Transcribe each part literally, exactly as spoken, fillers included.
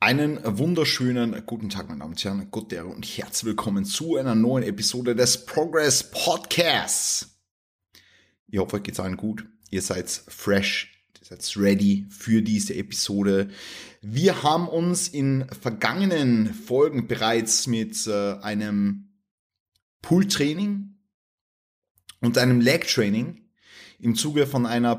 Einen wunderschönen guten Tag, meine Damen und Herren, gute und herzlich willkommen zu einer neuen Episode des Progress Podcasts. Ich hoffe, euch geht's allen gut. Ihr seid fresh, ihr seid ready für diese Episode. Wir haben uns in vergangenen Folgen bereits mit äh, einem Pull-Training und einem Leg-Training im Zuge von einer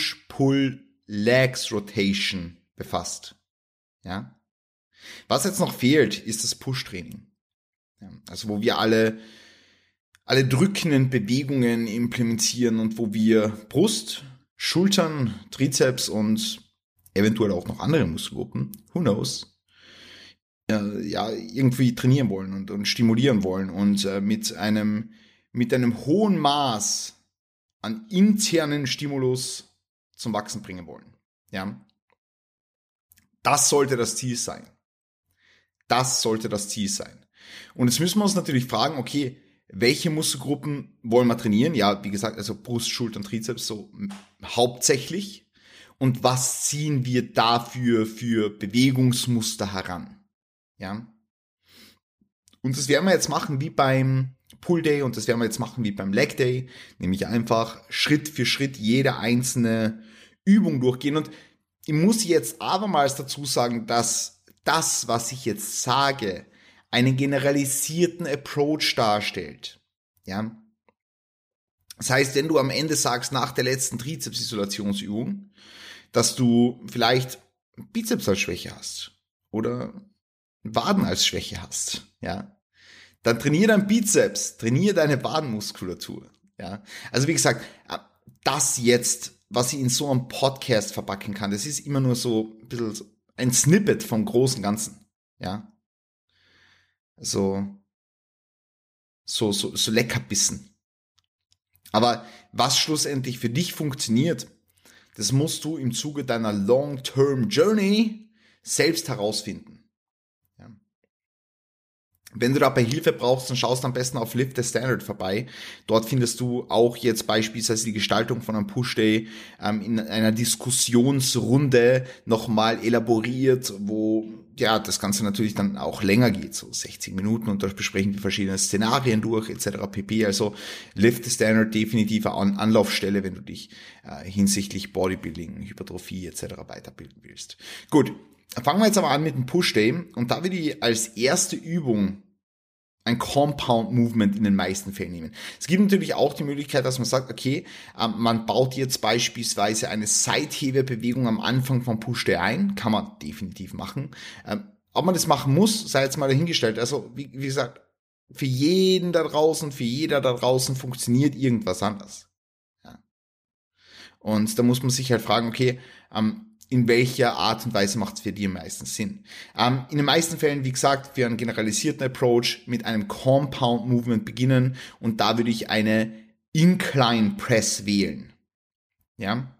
Push-Pull-Legs-Rotation befasst. Ja? Was jetzt noch fehlt, ist das Push-Training. Ja, also wo wir alle, alle drückenden Bewegungen implementieren und wo wir Brust, Schultern, Trizeps und eventuell auch noch andere Muskelgruppen, who knows, äh, ja, irgendwie trainieren wollen und, und stimulieren wollen und äh, mit einem, mit einem hohen Maß an internen Stimulus zum Wachsen bringen wollen. Ja? Das sollte das Ziel sein. Das sollte das Ziel sein. Und jetzt müssen wir uns natürlich fragen, okay, welche Muskelgruppen wollen wir trainieren? Ja, wie gesagt, also Brust, Schultern, Trizeps so hauptsächlich. Und was ziehen wir dafür für Bewegungsmuster heran? Ja. Und das werden wir jetzt machen wie beim Pull Day und das werden wir jetzt machen wie beim Leg Day, nämlich einfach Schritt für Schritt jede einzelne Übung durchgehen. Und ich muss jetzt abermals dazu sagen, dass das, was ich jetzt sage, einen generalisierten Approach darstellt. Ja? Das heißt, wenn du am Ende sagst, nach der letzten Trizeps-Isolationsübung, dass du vielleicht Bizeps als Schwäche hast oder Waden als Schwäche hast, ja, dann trainier dein Bizeps, trainier deine Wadenmuskulatur. Ja? Also wie gesagt, das jetzt, was ich in so einem Podcast verpacken kann, das ist immer nur so ein bisschen so ein Snippet vom großen Ganzen, ja. So, so, so, so Leckerbissen. Aber was schlussendlich für dich funktioniert, das musst du im Zuge deiner Long-Term Journey selbst herausfinden. Ja. Wenn du dabei Hilfe brauchst, dann schaust du am besten auf Lift the Standard vorbei. Dort findest du auch jetzt beispielsweise die Gestaltung von einem Push-Day ähm, in einer Diskussionsrunde nochmal elaboriert, wo ja das Ganze natürlich dann auch länger geht, so sechzig Minuten, und da besprechen wir verschiedene Szenarien durch, et cetera pp. Also Lift the Standard definitiv eine Anlaufstelle, wenn du dich äh, hinsichtlich Bodybuilding, Hypertrophie et cetera weiterbilden willst. Gut. Fangen wir jetzt aber an mit dem Push-Day, und da würde ich als erste Übung ein Compound Movement in den meisten Fällen nehmen. Es gibt natürlich auch die Möglichkeit, dass man sagt, okay, man baut jetzt beispielsweise eine Seithebe-Bewegung am Anfang vom Push-Day ein, kann man definitiv machen. Ob man das machen muss, sei jetzt mal dahingestellt. Also wie, wie gesagt, für jeden da draußen, für jeder da draußen funktioniert irgendwas anders. Ja. Und da muss man sich halt fragen, okay, in welcher Art und Weise macht es für dich am meisten Sinn? Ähm, in den meisten Fällen, wie gesagt, für einen generalisierten Approach mit einem Compound Movement beginnen, und da würde ich eine Incline Press wählen. Ja?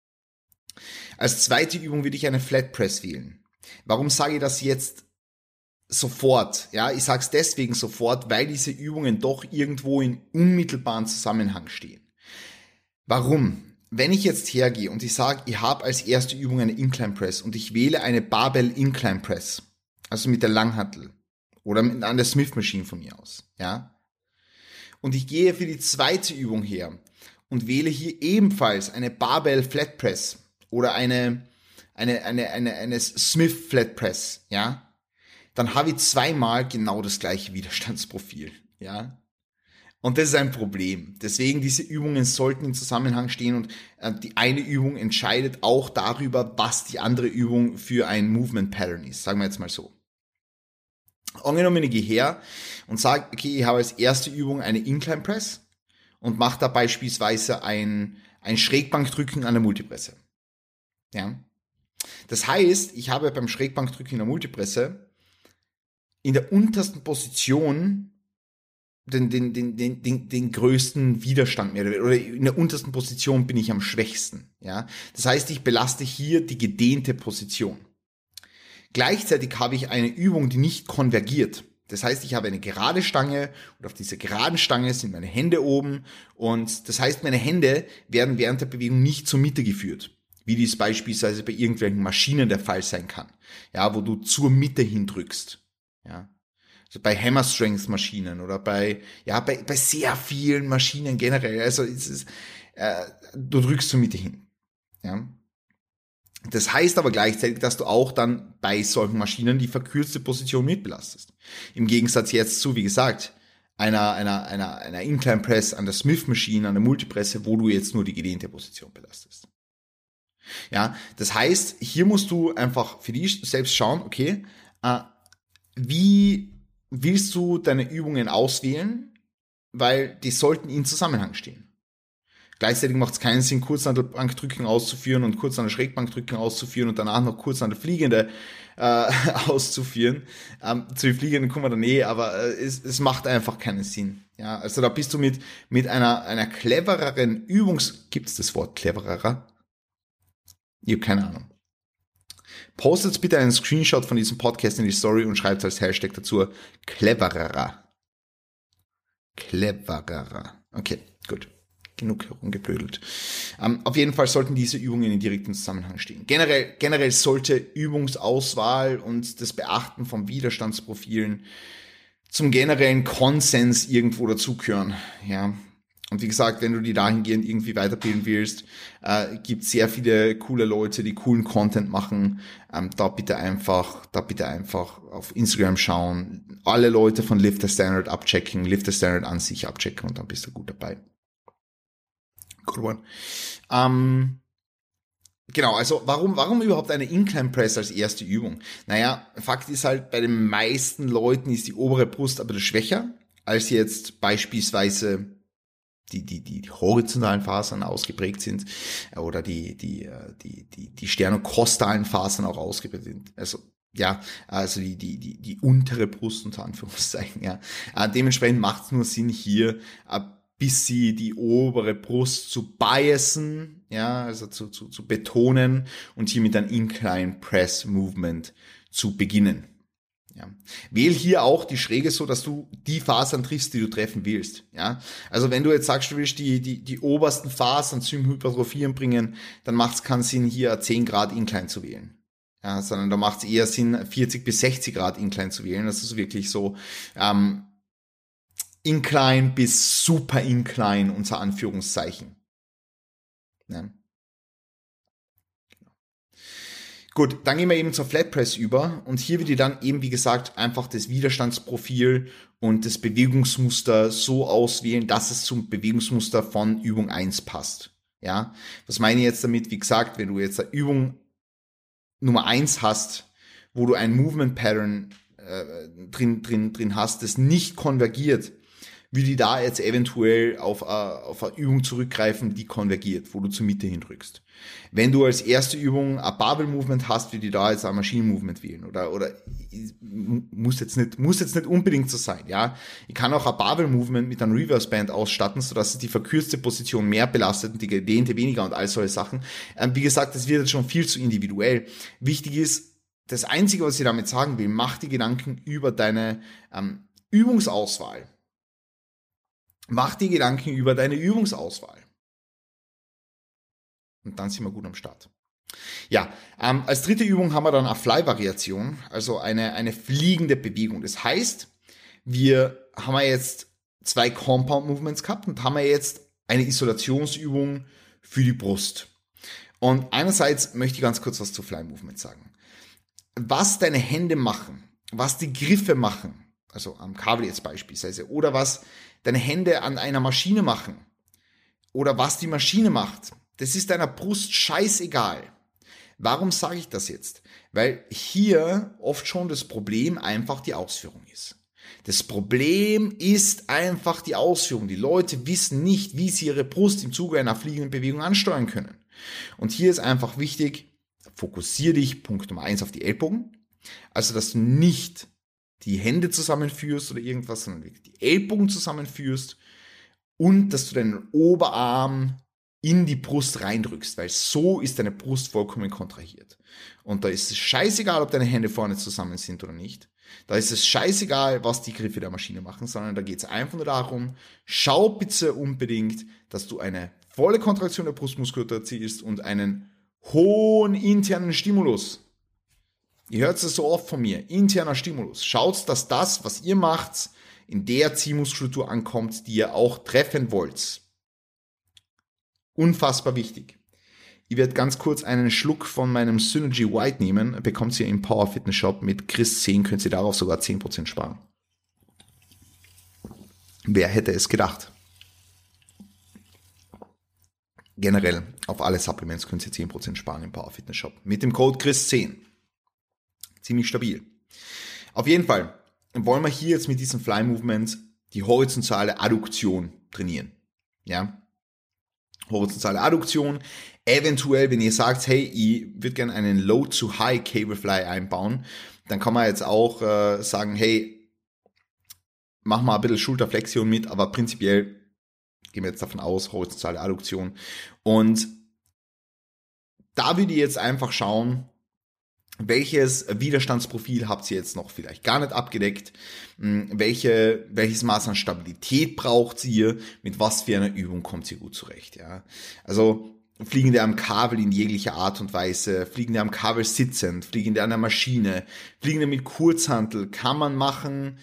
Als zweite Übung würde ich eine Flat Press wählen. Warum sage ich das jetzt sofort? Ja, ich sage es deswegen sofort, weil diese Übungen doch irgendwo in unmittelbaren Zusammenhang stehen. Warum? Wenn ich jetzt hergehe und ich sage, ich habe als erste Übung eine Incline Press und ich wähle eine Barbell Incline Press, also mit der Langhantel oder mit einer Smith Machine von mir aus, ja, und ich gehe für die zweite Übung her und wähle hier ebenfalls eine Barbell Flat Press oder eine eine eine eine eine Smith Flat Press, ja, dann habe ich zweimal genau das gleiche Widerstandsprofil, ja. Und das ist ein Problem. Deswegen, diese Übungen sollten im Zusammenhang stehen, und äh, die eine Übung entscheidet auch darüber, was die andere Übung für ein Movement Pattern ist. Sagen wir jetzt mal so. Angenommen, ich gehe her und sage, okay, ich habe als erste Übung eine Incline Press und mache da beispielsweise ein, ein Schrägbankdrücken an der Multipresse. Ja. Das heißt, ich habe beim Schrägbankdrücken in der Multipresse in der untersten Position Den, den, den, den, den, den größten Widerstand mehr, oder in der untersten Position bin ich am schwächsten, ja. Das heißt, ich belaste hier die gedehnte Position. Gleichzeitig habe ich eine Übung, die nicht konvergiert. Das heißt, ich habe eine gerade Stange und auf dieser geraden Stange sind meine Hände oben, und das heißt, meine Hände werden während der Bewegung nicht zur Mitte geführt. wie dies beispielsweise bei irgendwelchen Maschinen der Fall sein kann, ja, wo du zur Mitte hin drückst, ja. Also bei Hammer Strength Maschinen oder bei, ja, bei, bei sehr vielen Maschinen generell, also es ist, äh, du drückst zur Mitte hin, ja. Das heißt aber gleichzeitig, dass du auch dann bei solchen Maschinen die verkürzte Position mitbelastest. Im Gegensatz jetzt zu, wie gesagt, einer, einer, einer, einer Incline Press an der Smith Machine, an der Multipresse, wo du jetzt nur die gedehnte Position belastest. Ja, das heißt, hier musst du einfach für dich selbst schauen, okay, äh, wie willst du deine Übungen auswählen, weil die sollten in Zusammenhang stehen. Gleichzeitig macht es keinen Sinn, Kurzhantelbankdrücken auszuführen und kurz an der Schrägbankdrücken auszuführen und danach noch kurz an der Fliegende äh, auszuführen. Ähm, zu den Fliegenden kommen wir dann eh, aber äh, es, es macht einfach keinen Sinn. Ja, also da bist du mit mit einer einer clevereren Übungs... Gibt's das Wort cleverer? Ich habe keine Ahnung. Postet bitte einen Screenshot von diesem Podcast in die Story und schreibt als Hashtag dazu cleverer. Cleverer. Okay, gut. Genug herumgeblödelt. Ähm, auf jeden Fall sollten diese Übungen in direktem Zusammenhang stehen. Generell, generell sollte Übungsauswahl und das Beachten von Widerstandsprofilen zum generellen Konsens irgendwo dazugehören. Ja. Und wie gesagt, wenn du die dahingehend irgendwie weiterbilden willst, äh, gibt sehr viele coole Leute, die coolen Content machen. Ähm, da bitte einfach, da bitte einfach auf Instagram schauen. Alle Leute von Lift the Standard abchecken, Lift the Standard an sich abchecken und dann bist du gut dabei. Good one. Ähm, genau, also warum, warum überhaupt eine Incline Press als erste Übung? Naja, Fakt ist halt, bei den meisten Leuten ist die obere Brust aber schwächer, als jetzt beispielsweise die, die, die, die horizontalen Fasern ausgeprägt sind oder die, die, die, die, die sternokostalen Fasern auch ausgeprägt sind. Also, ja, also die, die, die, die untere Brust unter Anführungszeichen, ja. Äh, dementsprechend macht es nur Sinn, hier äh, bis sie die obere Brust zu biasen, ja, also zu, zu, zu betonen und hier mit einem Incline Press Movement zu beginnen. Ja. Wähl hier auch die Schräge so, dass du die Fasern triffst, die du treffen willst. Ja. Also wenn du jetzt sagst, du willst die, die, die obersten Fasern zum Hypertrophieren bringen, dann macht es keinen Sinn, hier zehn Grad Incline zu wählen. Ja, sondern da macht es eher Sinn, vierzig bis sechzig Grad Incline zu wählen. Das ist wirklich so, ähm, Incline bis Super Incline unter Anführungszeichen. Ja. Gut, dann gehen wir eben zur Flat Press über und hier wird dir dann eben, wie gesagt, einfach das Widerstandsprofil und das Bewegungsmuster so auswählen, dass es zum Bewegungsmuster von Übung eins passt. Ja, was meine ich jetzt damit? Wie gesagt, wenn du jetzt eine Übung Nummer eins hast, wo du ein Movement Pattern äh, drin, drin, drin hast, das nicht konvergiert, wie die da jetzt eventuell auf, uh, auf eine Übung zurückgreifen, die konvergiert, wo du zur Mitte hindrückst. Wenn du als erste Übung ein Barbell-Movement hast, wie die da jetzt ein Maschinen-Movement wählen. Oder, oder muss jetzt nicht, muss jetzt nicht unbedingt so sein, ja. Ich kann auch ein Barbell-Movement mit einem Reverse-Band ausstatten, sodass es die verkürzte Position mehr belastet und die gedehnte weniger und all solche Sachen. Ähm, wie gesagt, das wird jetzt schon viel zu individuell. Wichtig ist, das Einzige, was ich damit sagen will, mach dir Gedanken über deine ähm, Übungsauswahl. Mach dir Gedanken über deine Übungsauswahl. Und dann sind wir gut am Start. Ja, ähm, als dritte Übung haben wir dann eine Fly-Variation, also eine, eine fliegende Bewegung. Das heißt, wir haben jetzt zwei Compound-Movements gehabt und haben jetzt eine Isolationsübung für die Brust. Und einerseits möchte ich ganz kurz was zu Fly-Movement sagen. Was deine Hände machen, was die Griffe machen, also am Kabel jetzt beispielsweise, oder was deine Hände an einer Maschine machen, oder was die Maschine macht, das ist deiner Brust scheißegal. Warum sage ich das jetzt? Weil hier oft schon das Problem einfach die Ausführung ist. Das Problem ist einfach die Ausführung. Die Leute wissen nicht, wie sie ihre Brust im Zuge einer fliegenden Bewegung ansteuern können. Und hier ist einfach wichtig, fokussiere dich, Punkt Nummer eins, auf die Ellbogen. Also, dass du nicht die Hände zusammenführst oder irgendwas, sondern wirklich die Ellbogen zusammenführst und dass du deinen Oberarm in die Brust reindrückst, weil so ist deine Brust vollkommen kontrahiert. Und da ist es scheißegal, ob deine Hände vorne zusammen sind oder nicht. Da ist es scheißegal, was die Griffe der Maschine machen, sondern da geht es einfach nur darum, schau bitte unbedingt, dass du eine volle Kontraktion der Brustmuskulatur erzielst und einen hohen internen Stimulus. Ihr hört es so oft von mir, interner Stimulus. Schaut, dass das, was ihr macht, in der Zielmuskulatur ankommt, die ihr auch treffen wollt. Unfassbar wichtig. Ich werde ganz kurz einen Schluck von meinem Synergy White nehmen. Bekommt ihr im Power Fitness Shop mit Chris zehn, könnt ihr darauf sogar zehn Prozent sparen. Wer hätte es gedacht? Generell auf alle Supplements könnt ihr zehn Prozent sparen im Power Fitness Shop. Mit dem Code Chris zehn. Ziemlich stabil. Auf jeden Fall wollen wir hier jetzt mit diesem Fly Movement die horizontale Adduktion trainieren. Ja? Horizontale Adduktion. Eventuell, wenn ihr sagt, hey, ich würde gerne einen Low-to-High Cable Fly einbauen, dann kann man jetzt auch äh, sagen, hey, mach mal ein bisschen Schulterflexion mit, aber prinzipiell gehen wir jetzt davon aus, horizontale Adduktion. Und da würde ich jetzt einfach schauen, welches Widerstandsprofil habt ihr jetzt noch vielleicht gar nicht abgedeckt? Welche, welches Maß an Stabilität braucht ihr? Mit was für einer Übung kommt ihr gut zurecht? Ja? Also Fliegende am Kabel in jeglicher Art und Weise, Fliegende am Kabel sitzend, Fliegende an der Maschine, Fliegende mit Kurzhantel kann man machen.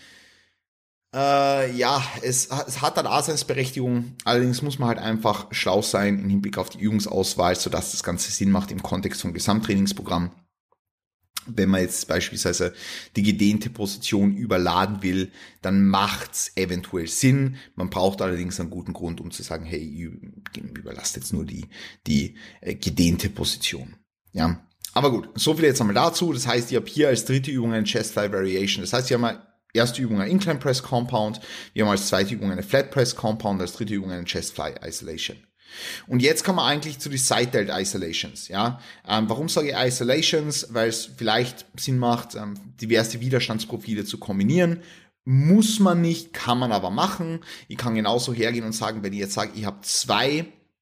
Äh, ja, es, es hat eine Daseinsberechtigung, allerdings muss man halt einfach schlau sein im Hinblick auf die Übungsauswahl, sodass das Ganze Sinn macht im Kontext vom Gesamttrainingsprogramm. Wenn man jetzt beispielsweise die gedehnte Position überladen will, dann macht's eventuell Sinn. Man braucht allerdings einen guten Grund, um zu sagen, hey, überlasst jetzt nur die, die äh, gedehnte Position. Ja, aber gut, so viel jetzt einmal dazu. Das heißt, ich habe hier als dritte Übung eine Chest Fly Variation. Das heißt, wir haben als erste Übung eine Incline Press Compound, wir haben als zweite Übung eine Flat Press Compound, als dritte Übung eine Chest Fly Isolation. Und jetzt kommen wir eigentlich zu den Side Delt Isolations. Ja, ähm, warum sage ich Isolations? Weil es vielleicht Sinn macht, ähm, diverse Widerstandsprofile zu kombinieren. Muss man nicht, kann man aber machen. Ich kann genauso hergehen und sagen, wenn ich jetzt sage, ich habe zwei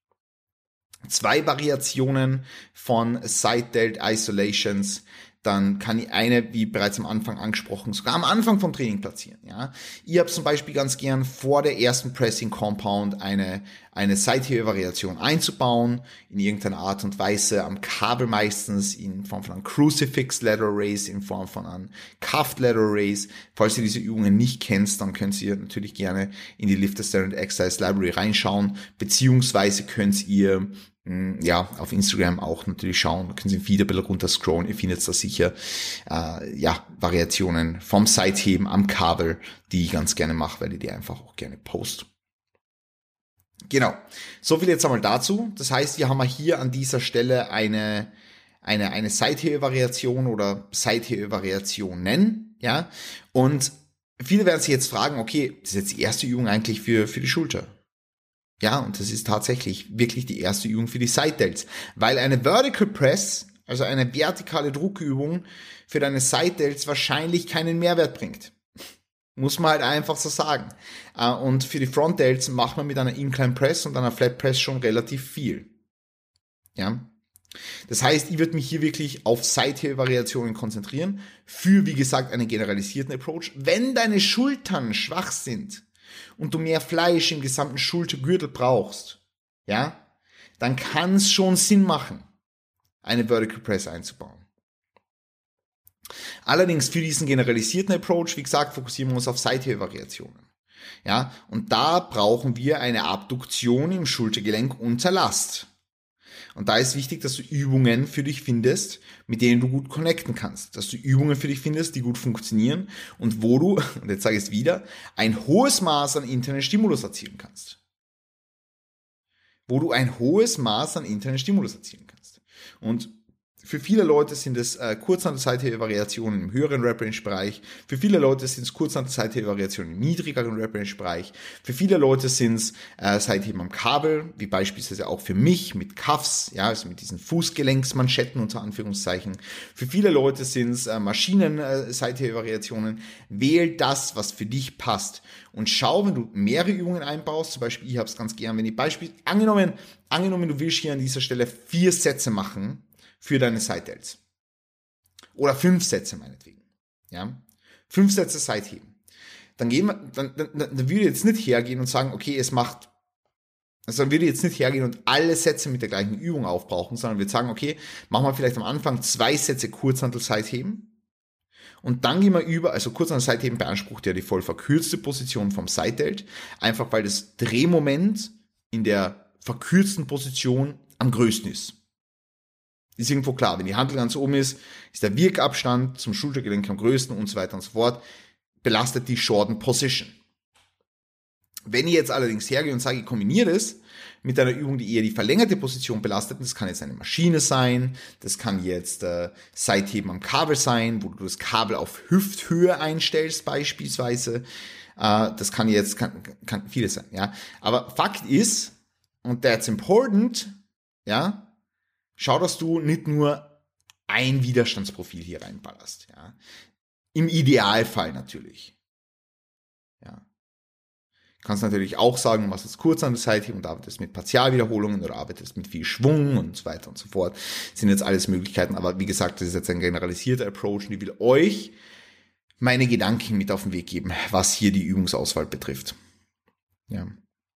zwei Variationen von Side Delt Isolations, dann kann ich eine, wie bereits am Anfang angesprochen, sogar am Anfang vom Training platzieren. Ja, ich habe zum Beispiel ganz gern vor der ersten Pressing Compound eine eine Seithebe-Variation einzubauen, in irgendeiner Art und Weise am Kabel meistens, in Form von einem Crucifix Lateral Raise, in Form von einem Cuffed Lateral Raise. Falls ihr diese Übungen nicht kennt, dann könnt ihr natürlich gerne in die Lifter Standard Exercise Library reinschauen, beziehungsweise könnt ihr ja, auf Instagram auch natürlich schauen, da können Sie im Feed ein bisschen runter scrollen, ihr findet da sicher äh, ja, Variationen vom Seitheben am Kabel, die ich ganz gerne mache, weil ich die einfach auch gerne post. Genau, so viel jetzt einmal dazu. Das heißt, wir haben hier an dieser Stelle eine eine eine Seithebe-Variation oder Seithebe-Variationen, ja, und viele werden sich jetzt fragen, okay, das ist jetzt die erste Übung eigentlich für für die Schulter. Ja, und das ist tatsächlich wirklich die erste Übung für die Side Delts, weil eine Vertical Press, also eine vertikale Druckübung für deine Side Delts wahrscheinlich keinen Mehrwert bringt. Muss man halt einfach so sagen. Und für die Front Delts macht man mit einer Incline Press und einer Flat Press schon relativ viel. Ja. Das heißt, ich würde mich hier wirklich auf Seithebe-Variationen konzentrieren, für, wie gesagt, einen generalisierten Approach. Wenn deine Schultern schwach sind und du mehr Fleisch im gesamten Schultergürtel brauchst, ja, dann kann es schon Sinn machen, eine Vertical Press einzubauen. Allerdings für diesen generalisierten Approach, wie gesagt, fokussieren wir uns auf Seithebe-Variationen. Ja, und da brauchen wir eine Abduktion im Schultergelenk unter Last. Und da ist wichtig, dass du Übungen für dich findest, mit denen du gut connecten kannst. Dass du Übungen für dich findest, die gut funktionieren und wo du, und jetzt sage ich es wieder, ein hohes Maß an internen Stimulus erzielen kannst. Wo du ein hohes Maß an internen Stimulus erzielen kannst. Und für viele Leute sind es äh, Kurzhantel-Seithebe-Variationen im höheren Rep-Range-Bereich. Für viele Leute sind es Kurzhantel-Seithebe-Variationen im niedrigeren Rep-Range-Bereich. Für viele Leute sind es äh, Seitheben am Kabel, wie beispielsweise auch für mich mit Cuffs, ja, also mit diesen Fußgelenksmanschetten unter Anführungszeichen. Für viele Leute sind es äh, Maschinen-Seithebe-Variationen. Wähl das, was für dich passt. Und schau, wenn du mehrere Übungen einbaust, zum Beispiel, ich habe es ganz gern, wenn ich Beispiel, angenommen, angenommen, du willst hier an dieser Stelle vier Sätze machen, für deine Side Delts. Oder fünf Sätze meinetwegen. Ja? Fünf Sätze Seitheben. Dann gehen wir, dann, dann, dann würde ich jetzt nicht hergehen und sagen, okay, es macht Also dann würde ich jetzt nicht hergehen und alle Sätze mit der gleichen Übung aufbrauchen, sondern würde sagen, okay, machen wir vielleicht am Anfang zwei Sätze Kurzhantel-Seitheben und dann gehen wir über, also Kurzhantel-Seitheben beansprucht ja die voll verkürzte Position vom Side-Delt, einfach weil das Drehmoment in der verkürzten Position am größten ist. Ist irgendwo klar, wenn die Hantel ganz oben ist, ist der Wirkabstand zum Schultergelenk am größten und so weiter und so fort, belastet die Shorten Position. Wenn ich jetzt allerdings hergehe und sage, ich kombiniere das mit einer Übung, die eher die verlängerte Position belastet, das kann jetzt eine Maschine sein, das kann jetzt äh, Seitheben am Kabel sein, wo du das Kabel auf Hüfthöhe einstellst beispielsweise, äh, das kann jetzt, kann, kann vieles sein, ja. Aber Fakt ist, und that's important, ja, schau, dass du nicht nur ein Widerstandsprofil hier reinballerst, ja. Im Idealfall natürlich, ja. Du kannst natürlich auch sagen, du machst jetzt Kurzhantel-Seitheben und arbeitest mit Partialwiederholungen oder arbeitest mit viel Schwung und so weiter und so fort. Das sind jetzt alles Möglichkeiten, aber wie gesagt, das ist jetzt ein generalisierter Approach und ich will euch meine Gedanken mit auf den Weg geben, was hier die Übungsauswahl betrifft. Ja.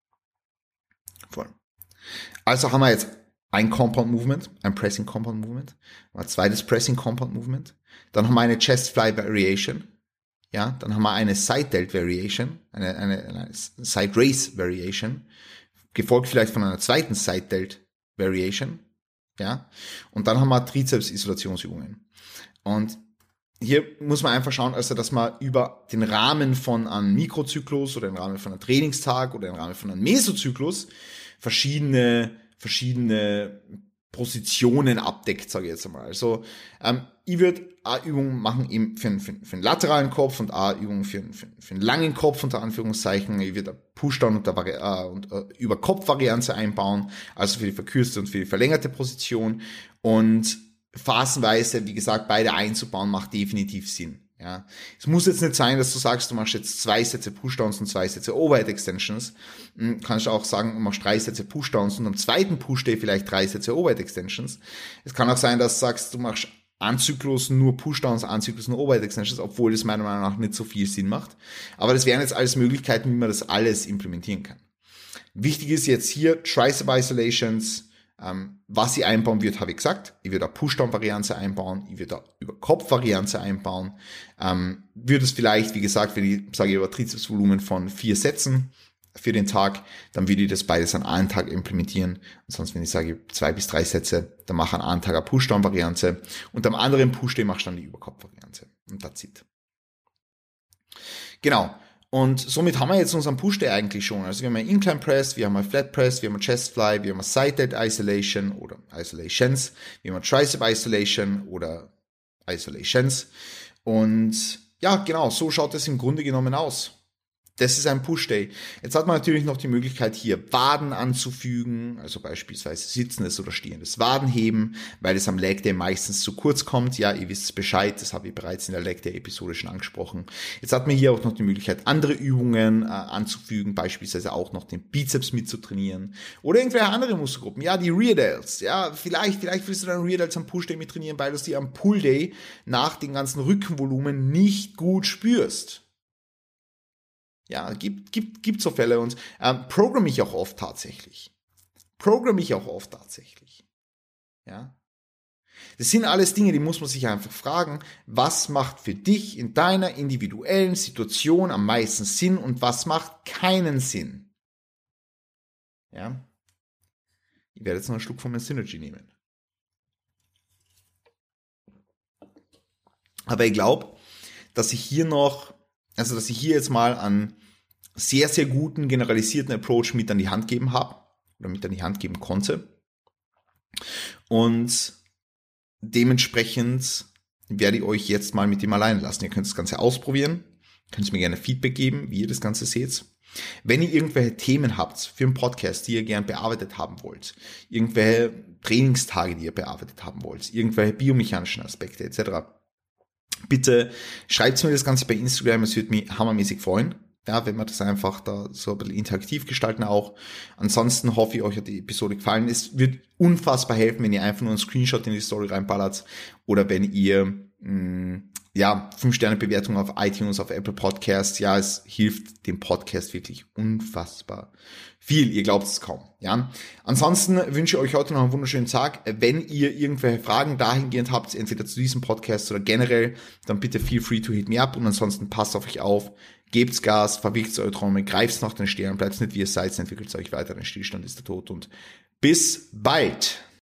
Voll. Also haben wir jetzt ein Compound Movement, ein Pressing Compound Movement, ein zweites Pressing Compound Movement, dann haben wir eine Chest Fly Variation. Ja, dann haben wir eine Side-Delt Variation, eine, eine, eine Side-Raise Variation, gefolgt vielleicht von einer zweiten Side-Delt Variation, ja, und dann haben wir Trizeps-Isolationsübungen. Und hier muss man einfach schauen, also dass man über den Rahmen von einem Mikrozyklus oder den Rahmen von einem Trainingstag oder den Rahmen von einem Mesozyklus verschiedene, verschiedene Positionen abdeckt, sage ich jetzt einmal. Also ähm, ich würde A-Übungen machen eben für, für, für einen lateralen Kopf und A-Übungen für, für, für einen langen Kopf, unter Anführungszeichen. Ich würde Pushdown und, Vari- äh, und äh, über Kopfvarianz einbauen, also für die verkürzte und für die verlängerte Position. Und phasenweise, wie gesagt, beide einzubauen, macht definitiv Sinn. Ja, es muss jetzt nicht sein, dass du sagst, du machst jetzt zwei Sätze Pushdowns und zwei Sätze Overhead Extensions. Hm, kannst du auch sagen, du machst drei Sätze Pushdowns und am zweiten Pushday vielleicht drei Sätze Overhead Extensions. Es kann auch sein, dass du sagst, du machst einen Zyklus nur Pushdowns, einen Zyklus nur Overhead Extensions, obwohl das meiner Meinung nach nicht so viel Sinn macht. Aber das wären jetzt alles Möglichkeiten, wie man das alles implementieren kann. Wichtig ist jetzt hier Tricep Isolations. Ähm, was ich einbauen wird, habe ich gesagt. Ich würde eine Pushdown-Variante einbauen, ich würde eine Über-Kopf-Variante einbauen. Ähm, würde es vielleicht, wie gesagt, wenn ich sage, über Trizepsvolumen von vier Sätzen für den Tag, dann würde ich das beides an einem Tag implementieren. Und sonst, wenn ich sage, zwei bis drei Sätze, dann mache ich an einem Tag eine Pushdown-Variante und am anderen Pushday mache ich dann die Überkopf-Variante. Und that's it. Genau. Und somit haben wir jetzt unseren Push-Day eigentlich schon. Also wir haben einen Incline Press, wir haben einen Flat Press, wir haben einen Chest Fly, wir haben eine Side-Delt Isolation oder Isolations, wir haben eine Tricep Isolation oder Isolations. Und ja, genau, so schaut es im Grunde genommen aus. Das ist ein Push-Day. Jetzt hat man natürlich noch die Möglichkeit, hier Waden anzufügen, also beispielsweise sitzendes oder stehendes Wadenheben, weil es am Leg Day meistens zu kurz kommt. Ja, ihr wisst Bescheid, das habe ich bereits in der Leg Day-Episode schon angesprochen. Jetzt hat man hier auch noch die Möglichkeit, andere Übungen äh, anzufügen, beispielsweise auch noch den Bizeps mitzutrainieren oder irgendwelche andere Muskelgruppen. Ja, die Rear Delts. Ja, vielleicht, vielleicht willst du dann Rear Delts am Push-Day mit trainieren, weil du sie am Pull-Day nach dem ganzen Rückenvolumen nicht gut spürst. Ja, gibt, gibt, gibt so Fälle und ähm, programme ich auch oft tatsächlich. Programme ich auch oft tatsächlich. Ja. Das sind alles Dinge, die muss man sich einfach fragen, was macht für dich in deiner individuellen Situation am meisten Sinn und was macht keinen Sinn. Ja. Ich werde jetzt noch einen Schluck von meinem Synergy nehmen. Aber ich glaube, dass ich hier noch Also, dass ich hier jetzt mal einen sehr, sehr guten, generalisierten Approach mit an die Hand geben habe oder mit an die Hand geben konnte. Und dementsprechend werde ich euch jetzt mal mit dem allein lassen. Ihr könnt das Ganze ausprobieren, könnt mir gerne Feedback geben, wie ihr das Ganze seht. Wenn ihr irgendwelche Themen habt für einen Podcast, die ihr gern bearbeitet haben wollt, irgendwelche Trainingstage, die ihr bearbeitet haben wollt, irgendwelche biomechanischen Aspekte et cetera, bitte schreibt mir das Ganze bei Instagram, es würde mich hammermäßig freuen, ja, wenn wir das einfach da so ein bisschen interaktiv gestalten auch. Ansonsten hoffe ich, euch hat die Episode gefallen. Es wird unfassbar helfen, wenn ihr einfach nur einen Screenshot in die Story reinballert oder wenn ihr mh, ja, fünf Sterne Bewertung auf iTunes, auf Apple Podcasts. Ja, es hilft dem Podcast wirklich unfassbar viel. Ihr glaubt es kaum. Ja. Ansonsten wünsche ich euch heute noch einen wunderschönen Tag. Wenn ihr irgendwelche Fragen dahingehend habt, entweder zu diesem Podcast oder generell, dann bitte feel free to hit me up. Und ansonsten passt auf euch auf, gebt's Gas, verwirkt eure Träume, greift nach den Sternen, bleibt nicht wie ihr seid, entwickelt euch weiter. Ein Stillstand ist der Tod und bis bald.